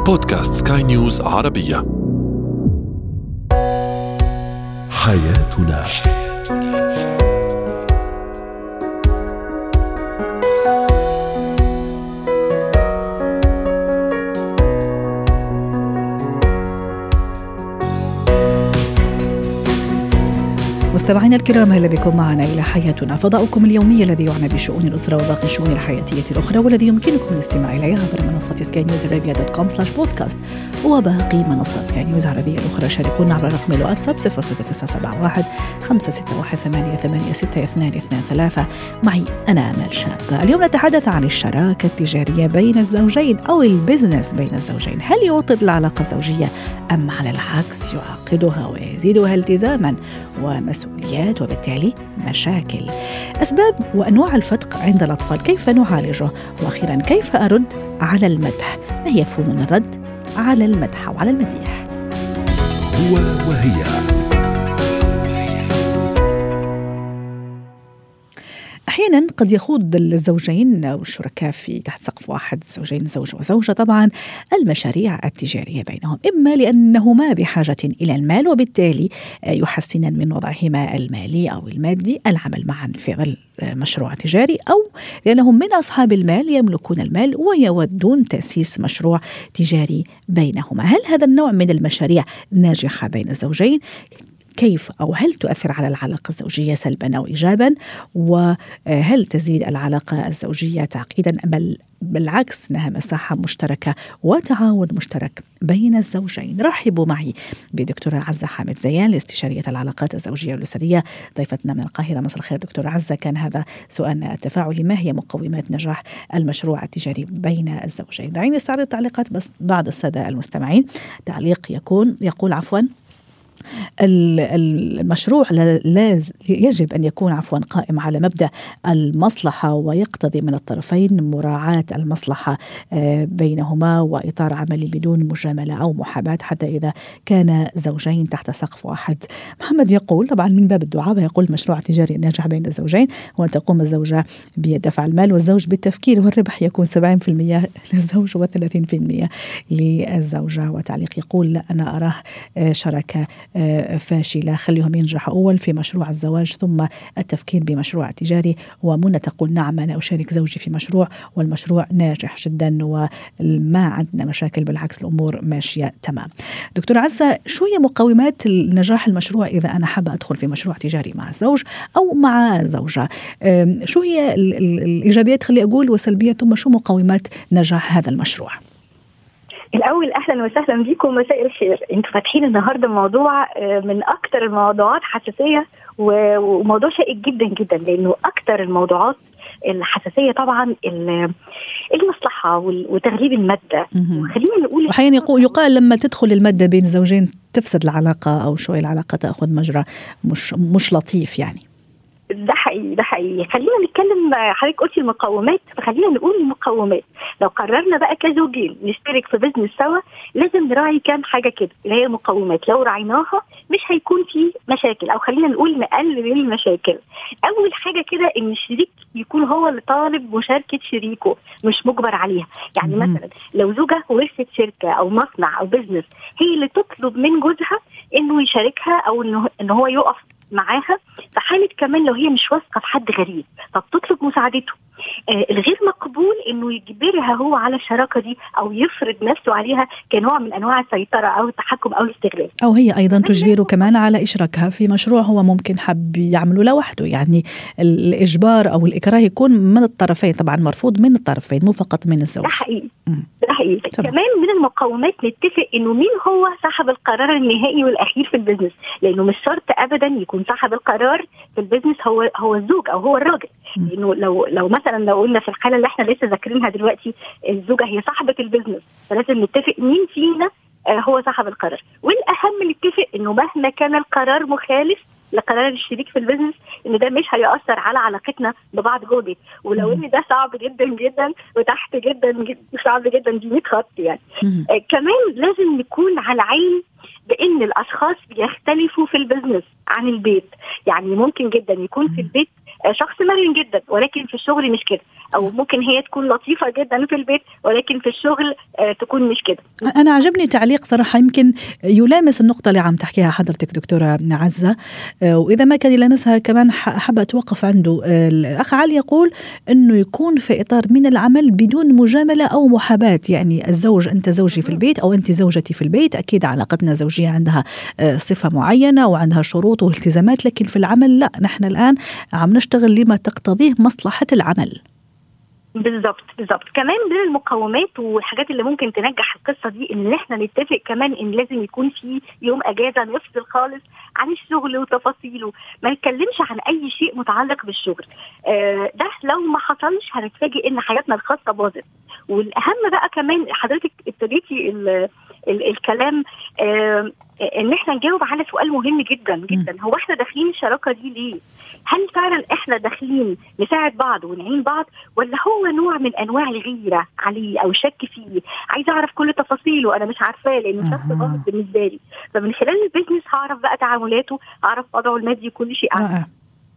بودكاست سكاي نيوز عربية. حياتنا. مستمعينا الكرام، اهلا بكم معنا الى حياتنا، فضاؤكم اليومي الذي يعنى بشؤون الاسره وباقي الشؤون الحياتيه الاخرى، والذي يمكنكم الاستماع اليه عبر منصه skynewsarabia.com/podcast وباقي منصات سكاي نيوز عربيه الاخرى. شاركونا عبر رقم الواتساب 00971 561 886223. معي انا آمال شاب. اليوم نتحدث عن الشراكه التجاريه بين الزوجين او البزنس بين الزوجين. هل يوطد العلاقه الزوجيه ام على العكس يعقدها ويزيدها التزاما ومسؤوليات وبالتالي مشاكل؟ أسباب وأنواع الفتق عند الأطفال، كيف نعالجه؟ وأخيرا كيف أرد على المدح؟ ما هي فنون الرد على المدح وعلى المديح؟ هو وهي. أحيانا قد يخوض الزوجين أو الشركاء في تحت سقف واحد، الزوجين زوج وزوجة طبعا، المشاريع التجارية بينهم، إما لأنهما بحاجة إلى المال وبالتالي يحسنان من وضعهما المالي أو المادي، العمل معا في ظل مشروع تجاري، أو لأنهم من أصحاب المال يملكون المال ويودون تأسيس مشروع تجاري بينهما. هل هذا النوع من المشاريع ناجحة بين الزوجين؟ كيف أو هل تؤثر على العلاقة الزوجية سلبا أو إيجابا؟ وهل تزيد العلاقة الزوجية تعقيدا أم بالعكس أنها مساحة مشتركة وتعاون مشترك بين الزوجين؟ رحبوا معي بدكتورة عزة حامد زيان، لاستشارية العلاقات الزوجية والأسرية، ضيفتنا من القاهرة. مساء الخير دكتورة عزة. كان هذا سؤالنا التفاعلي: ما هي مقومات نجاح المشروع التجاري بين الزوجين؟ دعيني استعرض التعليقات بس بعض السادة المستمعين. تعليق يقول المشروع لا يجب أن يكون قائم على مبدأ المصلحة، ويقتضي من الطرفين مراعاة المصلحة بينهما وإطار عملي بدون مجاملة أو محاباة، حتى إذا كان زوجين تحت سقف واحد. محمد يقول طبعا من باب الدعابة، يقول المشروع التجاري الناجح بين الزوجين هو أن تقوم الزوجة بدفع المال والزوج بالتفكير، والربح يكون 70% للزوج و30% للزوجة. وتعليق يقول: لا، أنا أراه شراكة فاشلة، خليهم ينجحوا أول في مشروع الزواج ثم التفكير بمشروع تجاري. ومنى تقول: نعم، أنا أشارك زوجي في مشروع والمشروع ناجح جدا وما عندنا مشاكل، بالعكس الأمور ماشية تمام. دكتور عزة، شو هي مقومات نجاح المشروع إذا أنا حابة أدخل في مشروع تجاري مع الزوج أو مع زوجة؟ شو هي الإيجابيات خلي أقول والسلبيات، ثم شو مقومات نجاح هذا المشروع؟ الأول أهلا وسهلا بكم، مساء الخير. انتوا فاتحين النهاردة موضوع من أكتر الموضوعات حساسية وموضوع شائك جدا جدا، لأنه أكتر الموضوعات الحساسية طبعا المصلحة وتغليب المادة. وخلينا نقول أحيانا يقال لما تدخل المادة بين الزوجين تفسد العلاقة أو شوي العلاقة تأخذ مجرى مش لطيف يعني. ده حقيقي. خلينا نتكلم، حضرتك قلتي المقومات، فخلينا نقول المقومات. لو قررنا بقى كزوجين نشترك في بزنس سوا، لازم نراعي كام حاجة كده اللي هي مقومات. لو راعيناها مش هيكون في مشاكل، او خلينا نقول نقلل المشاكل. اول حاجة كده ان الشريك يكون هو اللي طالب مشاركة شريكه، مش مجبر عليها. يعني مثلا لو زوجة ورثت شركة او مصنع او بزنس، هي اللي تطلب من جوزها انه يشاركها او انه هو يقف معاها. في حالة كمان لو هي مش واثقة في حد غريب فبتطلب مساعدته. الغير مقبول انه يجبرها هو على الشراكة دي او يفرض نفسه عليها كنوع من انواع السيطرة او التحكم او الاستغلال، او هي ايضا تجبره كمان على اشراكها في مشروع هو ممكن حب يعمله لوحده. يعني الاجبار او الاكراه يكون من الطرفين، طبعا مرفوض من الطرفين مو فقط من الزوج. ده حقيقي. كمان من المقومات نتفق انه مين هو صاحب القرار النهائي والاخير في البزنس، لانه مش شرط ابدا يكون صاحب القرار في البزنس هو الزوج او هو الراجل. لانه لو مثلا لو قلنا في الحاله اللي احنا لسه ذاكرينها دلوقتي الزوجه هي صاحبه البزنس، فلازم نتفق مين فينا هو صاحب القرار. والاهم نتفق انه مهما كان القرار مخالف لقرار الشريك في البزنس، ان ده مش هيأثر على علاقتنا ببعض جودة. ولو ان ده صعب جدا جدا وتحت جدا صعب جدا، دي 100 خط يعني. كمان لازم نكون على علم بان الاشخاص بيختلفوا في البزنس عن البيت. يعني ممكن جدا يكون في البيت شخص مرن جدا ولكن في الشغل مش كده، او ممكن هي تكون لطيفة جدا في البيت ولكن في الشغل تكون مش كده. أنا عجبني تعليق صراحة يمكن يلامس النقطة اللي عم تحكيها حضرتك دكتورة عزة، وإذا ما كان يلامسها كمان حابة أتوقف عنده. الأخ علي يقول أنه يكون في إطار من العمل بدون مجاملة أو محاباة، يعني الزوج أنت زوجي في البيت أو أنت زوجتي في البيت، أكيد علاقتنا الزوجية عندها صفة معينة وعندها شروط والتزامات، لكن في العمل لا، نحن الآن عم نشتغل لما تقتضيه مصلحة العمل. بالضبط. كمان من المقومات والحاجات اللي ممكن تنجح القصة دي ان احنا نتفق كمان ان لازم يكون في يوم اجازة نفصل خالص عن الشغل وتفاصيله، ما نتكلمش عن اي شيء متعلق بالشغل. ده لو ما حصلش هنتفاجئ ان حياتنا الخاصة باظت. والاهم بقى كمان حضرتك ابتديتي الكلام ان احنا نجاوب على سؤال مهم جدا جدا، هو احنا داخلين الشراكة دي ليه؟ هل فعلا احنا داخلين نساعد بعض ونعين بعض، ولا هو نوع من انواع الغيرة عليه او شك فيه، عايز اعرف كل تفاصيله انا مش عارفاه لانه شخص غامض بالنسبة لي، فمن خلال البيزنس هعرف بقى تعاملاته، اعرف وضعه المادي، كل شيء أعرف.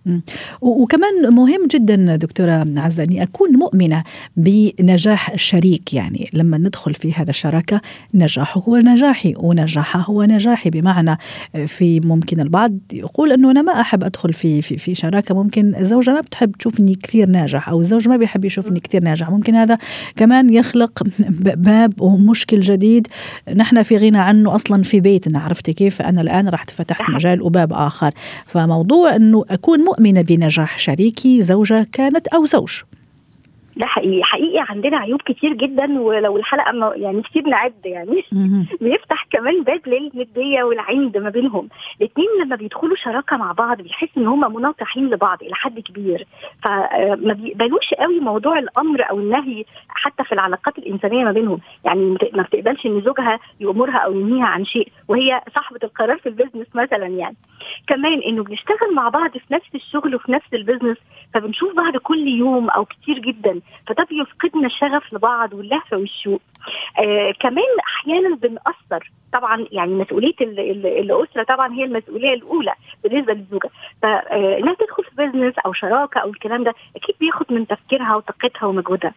وكمان مهم جدا دكتورة عزة أني أكون مؤمنة بنجاح الشريك. يعني لما ندخل في هذا الشراكة نجاحه هو نجاحي ونجاحه هو نجاحي، بمعنى في ممكن البعض يقول أنه أنا ما أحب أدخل في شراكة، ممكن الزوجة ما بتحب تشوفني كثير ناجح أو الزوج ما بيحب يشوفني كثير ناجح، ممكن هذا كمان يخلق باب ومشكل جديد نحن في غنى عنه أصلا في بيتنا. عرفتي كيف؟ أنا الآن رحت فتحت مجال وباب آخر. فموضوع أنه أكون مؤمنة بنجاح شريكي، زوجة كانت أو زوج. ده حقيقي عندنا عيوب كتير جدا، ولو الحلقة يعني كتير نعد يعني بيفتح كمان باب للندية والعند ما بينهم. الاثنين لما بيدخلوا شراكة مع بعض بيحس ان هم مناطحين لبعض إلى حد كبير، فما بيقبلوش قوي موضوع الأمر أو النهي حتى في العلاقات الإنسانية ما بينهم. يعني ما بتقبلش ان زوجها يأمرها أو ينهيها عن شيء وهي صاحبة القرار في البيزنس مثلا. يعني كمان انه بنشتغل مع بعض في نفس الشغل وفي نفس البيزنس، فبنشوف بعض كل يوم أو كتير جدا، فده بيفقدنا الشغف لبعض واللهفة والشوق. كمان أحيانا بنأثر طبعا، يعني مسؤولية الأسرة طبعا هي المسؤولية الأولى بالنسبة للزوجة، فإنها تدخل في بيزنس أو شراكة أو الكلام ده أكيد بياخد من تفكيرها وطاقتها ومجهودها.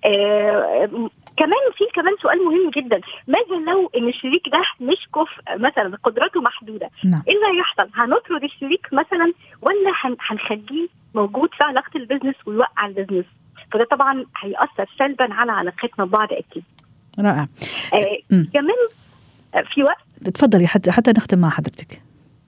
كمان في كمان سؤال مهم جدا، ماذا لو ان الشريك ده مش كفء مثلا، قدراته محدودة؟ ايه اللي هيحصل؟ هنطرد الشريك مثلا ولا هنخليه موجود في علاقة البيزنس ويوقع البيزنس؟ فده طبعا هيأثر سلبا على علاقتنا ببعض اكيد. رائع. كمان في وقت تفضلي حتى نختم مع حضرتك.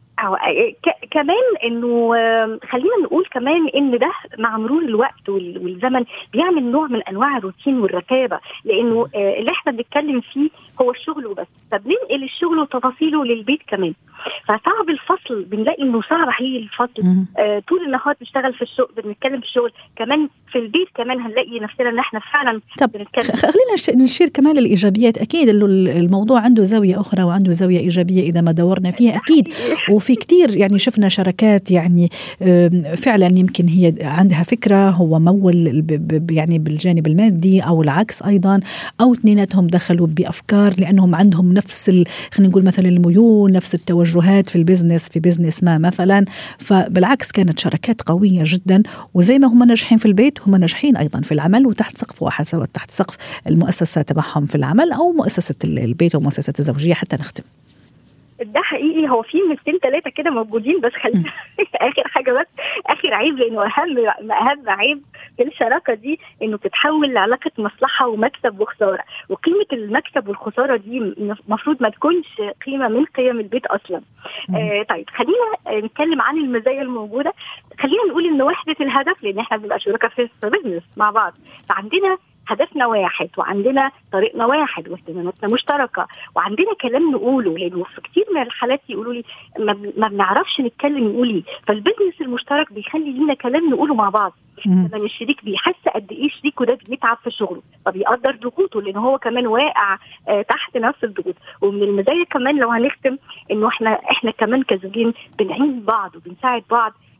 كمان انه خلينا نقول كمان ان ده مع مرور الوقت والزمن بيعمل نوع من انواع الروتين والرتابه، لانه اللي احنا بنتكلم فيه هو الشغل وبس، فبننقل الشغل وتفاصيله للبيت كمان، فصعب الفصل. بنلاقي انه صعب حقيقي الفصل. طول النهار بنشتغل في الشغل، بنتكلم في الشغل، كمان في البيت كمان هنلاقي نفسنا ان احنا فعلا بنتكلم. خلينا نشير كمان الايجابيات. اكيد الموضوع عنده زاويه اخرى وعنده زاويه ايجابيه اذا ما دورنا فيها اكيد. وفي كتير يعني شفنا شركات يعني فعلا يمكن هي عندها فكره، هو مول يعني بالجانب المادي او العكس ايضا، او اثنيناتهم دخلوا بافكار لانهم عندهم نفس خلينا نقول مثلا الميول، نفس التوجهات في البزنس، في بزنس ما مثلا. فبالعكس كانت شركات قويه جدا، وزي ما هم ناجحين في البيت هم ناجحين ايضا في العمل وتحت سقف واحد، سواء تحت سقف المؤسسه تبعهم في العمل او مؤسسه البيت ومؤسسه الزوجيه. حتى نختم. ده حقيقي هو في 200-3 كده موجودين، بس خلينا اخر حاجه بس اخر عيب، لانه اهم عيب في الشراكه دي انه بتتحول لعلاقه مصلحه ومكسب وخساره، وقيمه المكسب والخساره دي المفروض ما تكونش قيمه من قيم البيت اصلا. طيب خلينا نتكلم عن المزايا الموجوده. خلينا نقول ان وحده الهدف، لان احنا بنبقى شركاء في بزنس مع بعض، فعندنا هدفنا واحد وعندنا طريقنا واحد واهتماماتنا مشتركة وعندنا كلام نقوله، لأنه في كتير من الحالات يقولوا لي ما بنعرفش نتكلم نقولي، فالبزنس المشترك بيخلي لنا كلام نقوله مع بعض. لما الشريك بيحس قد ايه شريكه ده بيتعب في شغله، فبيقدر ضغوطه لأنه هو كمان واقع تحت نفس الضغوط. ومن المزايا كمان لو هنختم انه احنا كمان كزوجين بنعين بعض وبنساعد بعض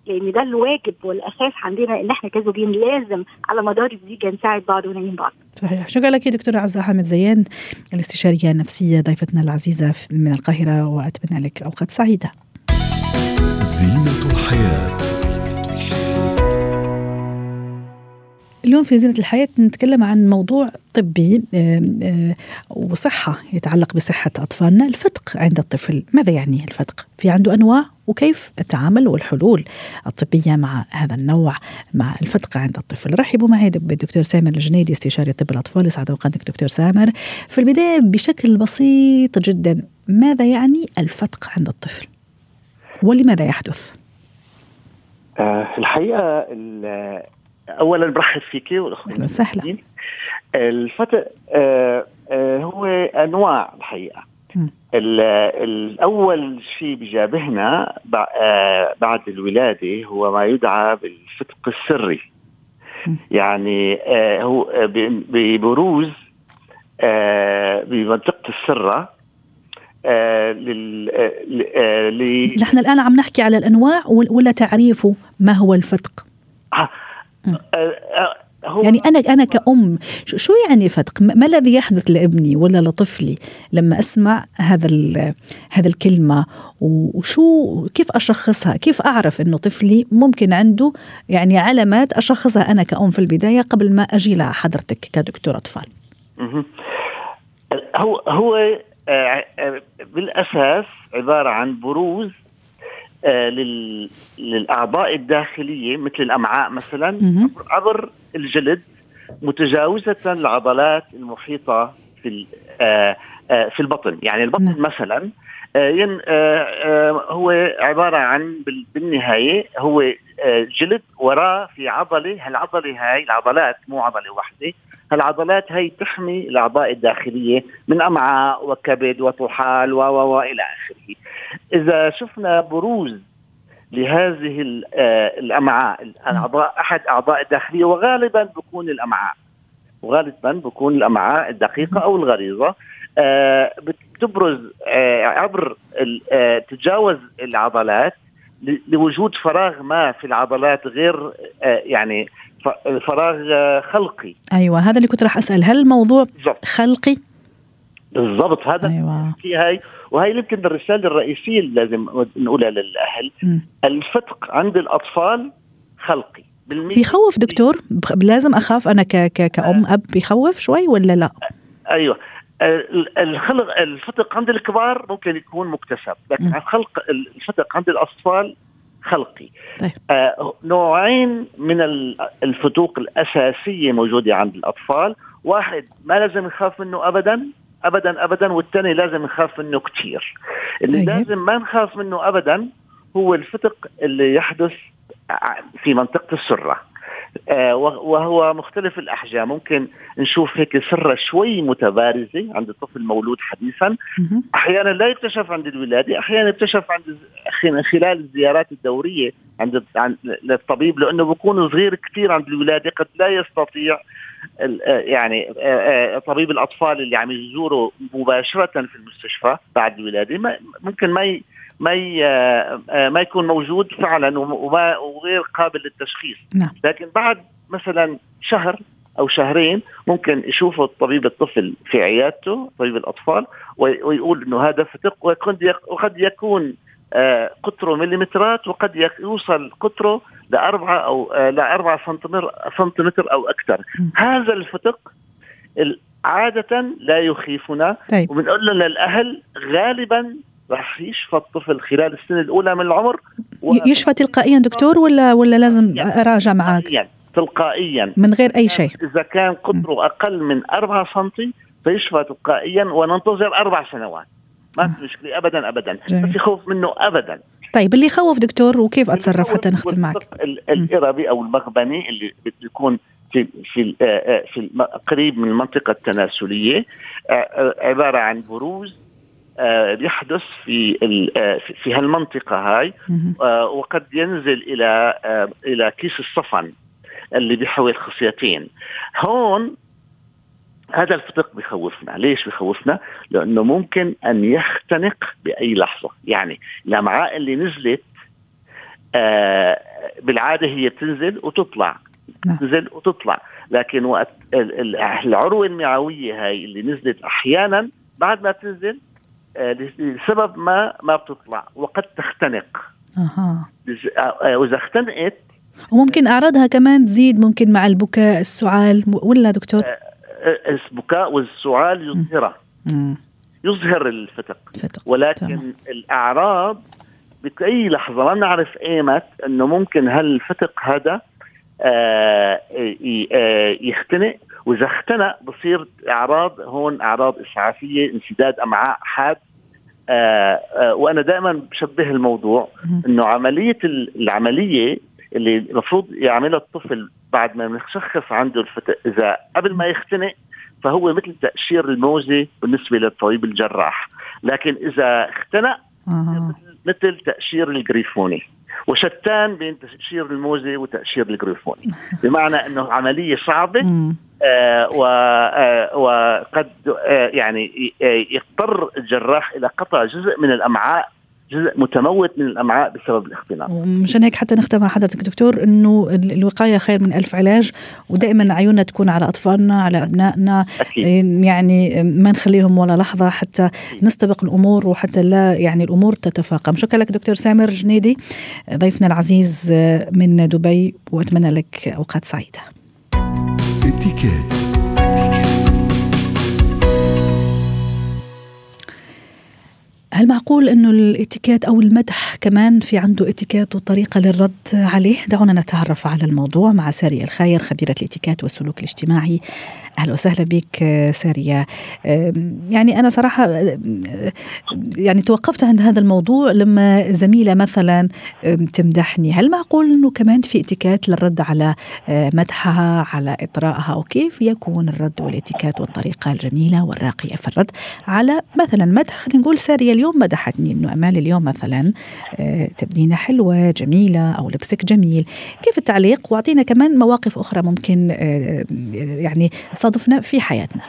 لان ده الواجب والاساس عندنا ان احنا كزوجين لازم على مدار الزيجه نساعد بعض ونعين بعض. صحيح. شكرا لك دكتورة عزة حامد زيان، الاستشارية النفسية، ضيفتنا العزيزة من القاهرة، وأتمنى لك أوقات سعيدة. زينة الحياة. اليوم في زينة الحياة نتكلم عن موضوع طبي وصحة يتعلق بصحة أطفالنا. الفتق عند الطفل، ماذا يعني الفتق؟ في عنده أنواع، وكيف التعامل والحلول الطبية مع هذا النوع، مع الفتق عند الطفل؟ رحبوا معي بالدكتور سامر الجنيدي، استشاري طب الأطفال. يسعد أوقاتك دكتور سامر. في البداية بشكل بسيط جدا، ماذا يعني الفتق عند الطفل ولماذا يحدث؟ الحقيقة أولا برحب فيك أهلا وسهلا. الفتق هو أنواع الحقيقة. الأول شيء بجابهنا بعد الولادة هو ما يدعى بالفتق السري. يعني هو ببروز بمنطقة السرة. نحن الآن عم نحكي على الأنواع ولا تعريفه ما هو الفتق؟ يعني أنا كأم شو يعني فتق؟ ما الذي يحدث لابني ولا لطفلي لما أسمع هذا الكلمة؟ وشو كيف أشخصها؟ كيف أعرف إنه طفلي ممكن عنده يعني علامات أشخصها أنا كأم في البداية قبل ما أجي لحضرتك كدكتور أطفال؟ هو بالأساس عبارة عن بروز للأعضاء الداخلية مثل الأمعاء مثلا عبر الجلد، متجاوزة العضلات المحيطة في البطن. يعني البطن مثلا هو عبارة عن بالنهاية هو جلد وراه في عضلة. هالعضلة هاي العضلات مو عضلة واحدة، هالعضلات هاي تحمي الأعضاء الداخلية من أمعاء وكبد وطحال وإلى آخره. إذا شفنا بروز لهذه الأمعاء أحد أعضاء الداخلية، وغالبا بكون الأمعاء الدقيقة أو الغليظة، بتبرز عبر تجاوز العضلات لوجود فراغ ما في العضلات غير يعني فراغ خلقي. أيوة، هذا اللي كنت راح أسأل، هل الموضوع خلقي؟ بالضبط، هذا أيوة. وهي يمكن الرسالة الرئيسية اللي لازم نقولها للأهل. الفتق عند الأطفال خلقي. بيخوف دكتور؟ لازم أخاف أنا كأم أب؟ بيخوف شوي ولا لا؟ أيوة، الفتق عند الكبار ممكن يكون مكتسب، لكن الفتق عند الأطفال خلقي. طيب. نوعين من الفتوق الأساسية موجودة عند الأطفال. واحد ما لازم نخاف منه أبدا أبدا أبدا، والثاني لازم نخاف منه كتير. اللي لازم ما نخاف منه أبدا هو الفتق اللي يحدث في منطقة السرة، وهو مختلف الأحجام. ممكن نشوف هيك سرة شوي متبارزة عند الطفل مولود حديثا. أحيانا لا يكتشف عند الولادة، أحيانا يكتشف عند خلال الزيارات الدورية عند للطبيب، لأنه بيكون صغير كتير عند الولادة، قد لا يستطيع يعني طبيب الأطفال اللي عم يزوره مباشرة في المستشفى بعد الولادة ممكن ما يكون موجود فعلا وغير قابل للتشخيص. لكن بعد مثلا شهر أو شهرين ممكن يشوفه طبيب الطفل في عيادته، طبيب الأطفال، ويقول إنه هذا فتق، وقد يكون قطره مليمترات، وقد يوصل قطره ل4 سنتيمتر أو أكثر. هذا الفتق عادة لا يخيفنا. طيب. وبنقول للأهل غالبا راح يشفى الطفل خلال السنة الأولى من العمر. يشفى تلقائيا دكتور ولا لازم أراجع معك؟ تلقائيا من غير أي شيء. إذا كان قطره أقل من 4 سنتي فيشفى تلقائيا، وننتظر 4 سنوات. ما في مشكلة أبدا أبدا، ما في خوف منه أبدا. طيب، اللي يخوف دكتور وكيف أتصرف حتى نختم معك؟ الإربي أو المغبني اللي بيكون في قريب من المنطقة التناسلية، عبارة عن بروز يحدث في هالمنطقة هاي، وقد ينزل إلى كيس الصفن اللي بيحوي الخصيتين. هون هذا الفتق بيخوفنا. ليش بيخوفنا؟ لأنه ممكن أن يختنق بأي لحظة. يعني الأمعاء اللي نزلت بالعادة هي بتنزل وتطلع، تنزل وتطلع، لكن وقت العروة المعوية هاي اللي نزلت أحيانا بعد ما بتنزل لسبب ما بتطلع وقد تختنق. وإذا اختنقت وممكن أعراضها كمان تزيد، ممكن مع البكاء، السعال، ولا دكتور؟ البكاء والسعال يظهر الفتق، ولكن تمام. الأعراض بأي لحظة ما نعرف ايمت انه ممكن هالفتق هذا يختنق، واذا اختنق بصير اعراض هون اعراض اسعافيه، انسداد امعاء حاد. وانا دائما بشبه الموضوع انه العمليه اللي المفروض يعملها الطفل بعد ما نشخص عنده الفتق اذا قبل ما يختنق، فهو مثل تأشير الموزة بالنسبة للطبيب الجراح، لكن إذا اختنق مثل تأشير الجريفوني، وشتان بين تأشير الموزة وتأشير الجريفوني، بمعنى أنه عملية صعبة وقد يعني يضطر الجراح إلى قطع جزء من الأمعاء، جزء متموت من الأمعاء بسبب الاختناق. ومشان هيك حتى نختم مع حضرتك دكتور إنه الوقاية خير من 1000 علاج، ودائما عيوننا تكون على أطفالنا، على أبنائنا، يعني ما نخليهم ولا لحظة حتى نستبق الأمور وحتى لا يعني الأمور تتفاقم. شكرا لك دكتور سامر جنيدي ضيفنا العزيز من دبي، وأتمنى لك أوقات سعيدة. هل معقول أنه الاتيكيت أو المدح كمان في عنده اتيكيت وطريقة للرد عليه؟ دعونا نتعرف على الموضوع مع سارية الخير، خبيرة الاتيكيت والسلوك الاجتماعي. أهلا وسهلا بك سارية. يعني أنا صراحة يعني توقفت عند هذا الموضوع لما زميلة مثلا تمدحني. هل معقول أنه كمان في اتيكيت للرد على مدحها، على إطرائها، وكيف يكون الرد والاتيكيت والطريقة الجميلة والراقية في الرد على مثلا مدح؟ خلينا نقول سارية اليوم مدحتني إنه أمال اليوم مثلا تبدينة حلوة جميلة أو لبسك جميل، كيف التعليق؟ واعطينا كمان مواقف أخرى ممكن يعني تصادفنا في حياتنا.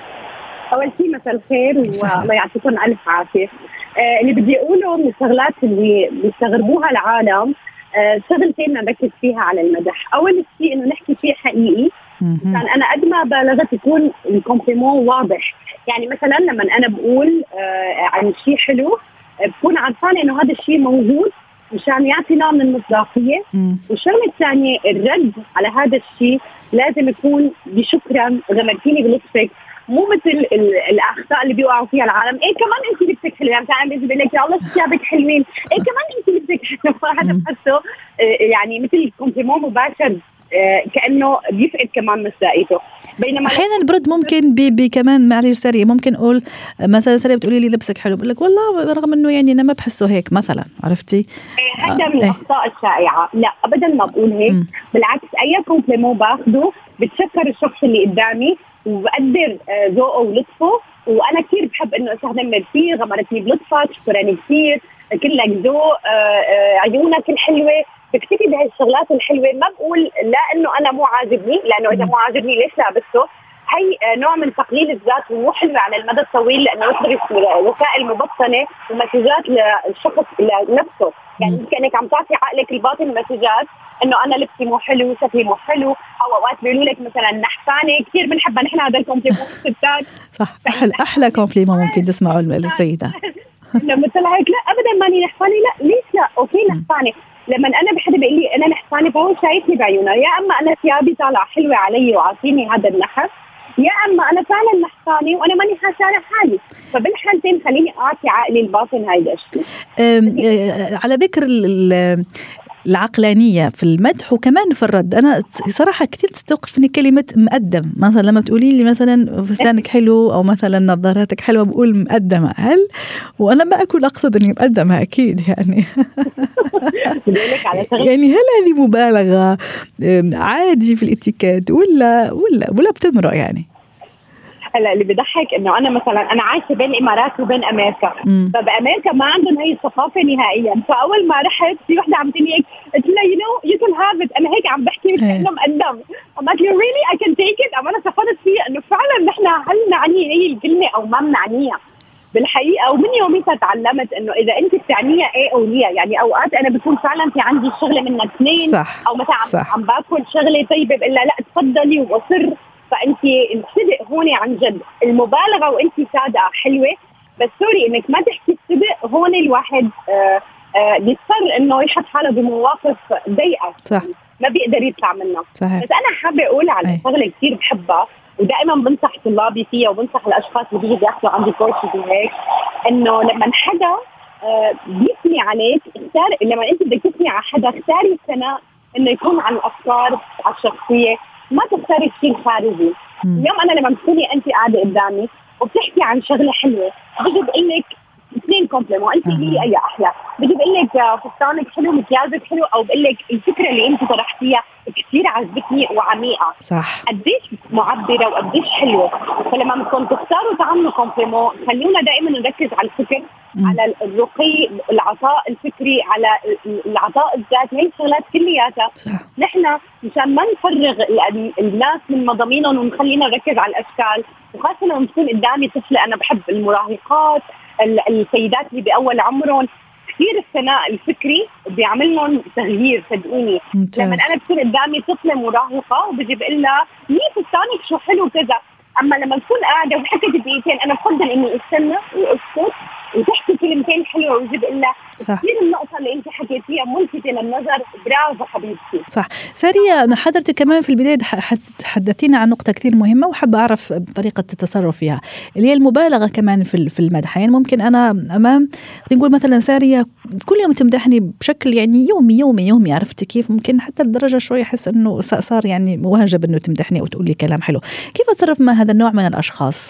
أول شيء مساء الخير والله يعطيكم ألف عافية. اللي بدي أقوله من الشغلات اللي بيستغربوها العالم، شغلتين نركز فيها على المدح. أول شيء إنه نحكي شيء حقيقي، يعني أنا قد ما بالغت يكون الكومبليمون واضح. يعني مثلا لما أنا بقول عن شيء حلو بكون عارفانة إنه هذا الشيء موجود مشان يعطي نوع من المصداقية. والشغلة الثانية الرد على هذا الشيء لازم يكون بشكرا، غمرتيني بلطفك، مو مثل الأخطاء اللي بيوقعوا فيها العالم. إيه كمان أنت لبسك حلوة، يعني تعالى بيجي بيقول لك يا الله ثيابك حلوين، إيه كمان أنت لبسك حلوة. هذا بحسه يعني مثل كومبليمون مباشر، كأنه بيفقد كمان مصداقيته. بينما أحيانا البرد ممكن كمان معلش سريع، ممكن أقول مثلا سريع بتقولي لي لبسك حلو، بقول لك والله رغم إنه يعني أنا ما بحسه هيك مثلا، عرفتي؟ هذا من الأخطاء الشائعة. لا أبدا ما بقول هيك، بالعكس أي كومبليمون باخده بتشكر الشخص اللي قدامي وبقدر ذوقه ولطفه، وأنا كثير بحب إنه استخدم ميرسي، غمرتني بلطفك، شكراني كثير، كلك ذوق، عيونك الحلوة، بكتفي بهالشغلات الحلوة. ما بقول لا إنه أنا مو عاجبني، لأنه إذا مو عاجبني ليش لابسه. هي نوع من تقليل الذات ومو حلوة على المدى الطويل، لأنه يصدر وسائل مبطنة ومسجات للشخص لنفسه. يعني كأنك عم تعطي عقلك الباطن مسجات إنه أنا لبسي مو حلو، شكلي مو حلو، أو أوقات بيقولوا لك مثلا نحفانة. كثير بنحبها نحن هذا الكومبليمون الستات. صح، أحلى كومبليمون ممكن تسمعوا السيدة. لما طلع هيك لا أبدا ماني نحفانة، لا ليش لا، أوكي نحفانة. لما أنا بحد بيقول لي أنا نحفانة فهو شايفني بعيونه، يا أما أنا ثيابي طالعة حلوة علي وعاطيني هذا النحف، يا أما أنا فعلا نحفانة وأنا ماني حاسة حالي. فبالحالتين خليني أعطي عقلي الباطن هيدا الشيء. على ذكر العقلانية في المدح وكمان في الرد، أنا صراحة كثير تستوقفني كلمة مقدم. مثلا لما بتقولي لي مثلا فستانك حلو أو مثلا نظاراتك حلوة بقول مقدمة، هل وأنا ما أكون أقصد أني مقدمة أكيد يعني يعني هل هذه مبالغة عادي في الاتيكيت ولا بتمرق يعني؟ هلا اللي بيضحك انه انا مثلا انا عايشه بين الامارات وبين امريكا، فبامريكا ما عندهم هي الثقافه نهائيا. فاول ما رحت في وحده عم تقول لي قلت لها يو نو يو كان هاف ات، انا هيك عم بحكي لك انه مقدم. قالت لي ريلي اي كان تيك ات. اما انا استفدت فيه انه فعلا نحن هل نعني هي الكلمه او ما بنعنيها. بالحقيقه ومن يوميتها تعلمت انه اذا انت بتعنيها ايه اولياء، يعني اوقات انا بكون فعلا في عندي شغله منها اثنين، او مثلا عم باكل شغله طيبه بقول لها لا تفضلي واصر. فانت الصدق هون عن جد المبالغه وانت صادقه حلوه، بس سوري انك ما تحكي الصدق هون الواحد بيضطر انه يحط حاله بمواقف ضيقه ما بيقدر يطلع منها. صحيح. بس انا حابه اقول على شغله كثير بحبها ودائما بنصح طلابي فيها وبنصح الاشخاص اللي بيجوا بياخذوا عندي كورسز وهيك، انه لما حدا بيثني عليك اختار، لما انت بدك تثني على حدا اختاري الثناء انه يكون عن الافكار على الشخصيه، ما تختاري شيء خارجي. اليوم انا لما بتكوني انت قاعده قدامي وبتحكي عن شغله حلوه بجي بقول لك اثنين كومبليمون، انت لي اي احلى، بجي بقول لك فستانك حلو، مكياجك حلو، او بقول لك الفكره اللي انت طرحتيها كثير عجبتني وعميقه. صح. قديش معبره وقديش حلوه. فلما بدكم تختاروا تعملوا كومبليمون خلينا دائما نركز على الفكر، على الرقي، العطاء الفكري، على العطاء الذاتي، هي الشغلات كلياتها نحن مشان ما نفرغ الناس من مضامينهم ونخلينا نركز على الاشكال. وخاصه لما تكون قدامي طفله، انا بحب المراهقات، السيدات اللي باول عمرهم، كثير الثناء الفكري بيعمل لهم تغيير صدقوني. لما انا بكون قدامي طفله مراهقه وبجي بقول لها مين فستانك شو حلو كذا، اما لما نكون قاعده وحكيت دقيقتين انا بفضل اني استنى واسكت وتحكي كلمتين حلوه وجي بقول لها كثير النقطه اللي انت حكيتيها ملفتة للنظر، برافو حبيبتي. صح. سارية، حضرتك كمان في البدايه حدثينا عن نقطه كثير مهمه وحابه اعرف طريقه التصرف فيها، اللي هي المبالغه كمان في المدح. يعني ممكن انا امام نقول مثلا سارية كل يوم تمدحني بشكل يعني يومي، عرفتي كيف؟ ممكن حتى لدرجه شوي احس انه صار يعني واجب انه تمدحني او تقول لي كلام حلو. كيف اتصرف مع هذا النوع من الاشخاص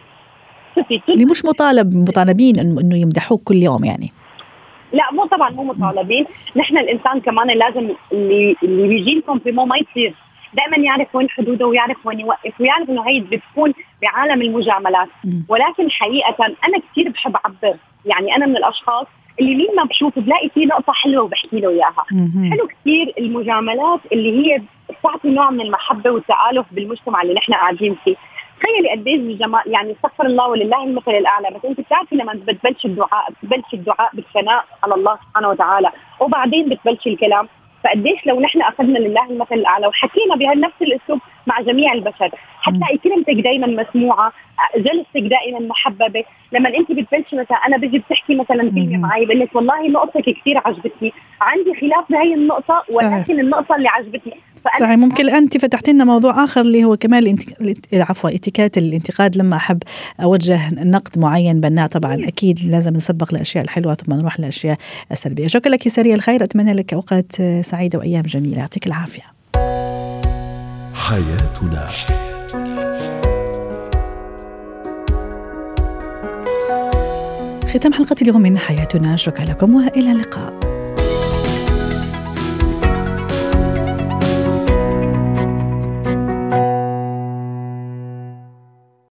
اللي مش مطالبين انه يمدحوك كل يوم؟ يعني لا، مو طبعا مو مطالبين. نحن الانسان كمان لازم اللي بيجي كومبليمون ما يصير دائما يعرف وين حدوده ويعرف وين يوقف ويعرف انه هي بتكون بعالم المجاملات. ولكن حقيقه انا كثير بحب اعبر، يعني انا من الاشخاص اللي مين ما بشوف بلاقي فيه نقطه حلوه وبحكي له اياها. حلو كثير المجاملات اللي هي بتعطي نوع من المحبه والتآلف بالمجتمع اللي نحن قاعدين فيه. تخيلي قديش الجمال، يعني استغفر الله ولله المثل الاعلى، بس انت بتعرفي لما بتبلش الدعاء بالثناء على الله سبحانه وتعالى وبعدين بتبلش الكلام، فقديش لو نحن اخذنا لله المثل الاعلى وحكينا بهالنفس الاسلوب مع جميع البشر حتى كلمتك دائما مسموعه، جلستك دائما محببه. لما انت بتبلشي مثلا انا بيجي بتحكي مثلا كلمه معي بقول لك والله نقطتك كثير عجبتني، عندي خلاف بهي النقطه ولكن النقطه اللي عجبتني. صحيح. ممكن أنت فتحتي لنا موضوع آخر اللي هو كمان اتيكات الانتقاد. لما أحب أوجه نقد معين بناء طبعا أكيد لازم نسبق الأشياء الحلوة ثم نروح للأشياء السلبية. شكرا لك سارية الخير، أتمنى لك أوقات سعيدة وأيام جميلة، يعطيك العافية. حياتنا. ختام حلقة اليوم من حياتنا، شكرا لكم وإلى اللقاء.